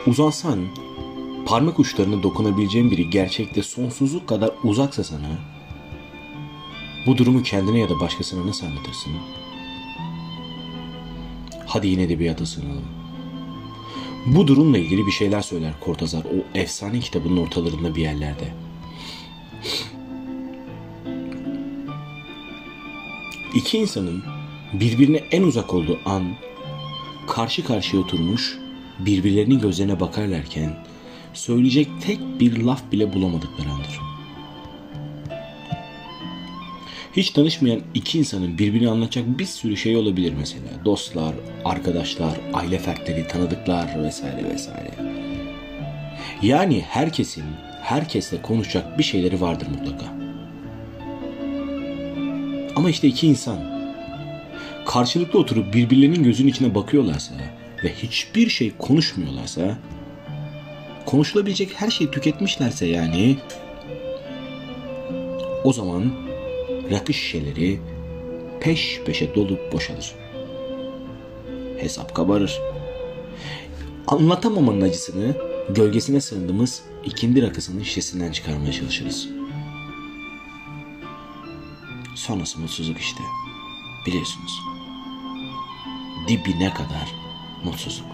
Uzansan parmak uçlarına dokunabileceğin biri gerçekte sonsuzluk kadar uzaksa sana, bu durumu kendine ya da başkasına nasıl anlatırsın? Hadi yine edebiyata sığınalım. Bu durumla ilgili bir şeyler söyler Cortázar o efsane kitabının ortalarında bir yerlerde. İki insanın birbirine en uzak olduğu an, karşı karşıya oturmuş birbirlerinin gözlerine bakarlarken söyleyecek tek bir laf bile bulamadıkları andır. Hiç tanışmayan iki insanın birbirini anlatacak bir sürü şey olabilir mesela. Dostlar, arkadaşlar, aile fertleri, tanıdıklar vesaire vesaire. Yani herkesin herkesle konuşacak bir şeyleri vardır mutlaka. Ama işte iki insan karşılıklı oturup birbirlerinin gözünün içine bakıyorlarsa ve hiçbir şey konuşmuyorlarsa, konuşulabilecek her şeyi tüketmişlerse yani, o zaman rakı şişeleri peş peşe dolup boşalır. Hesap kabarır. Anlatamamanın acısını gölgesine sığındığımız ikindi rakısının şişesinden çıkarmaya çalışırız. Sonrası mutsuzluk işte. Biliyorsunuz. Dibine kadar mutsuzluk.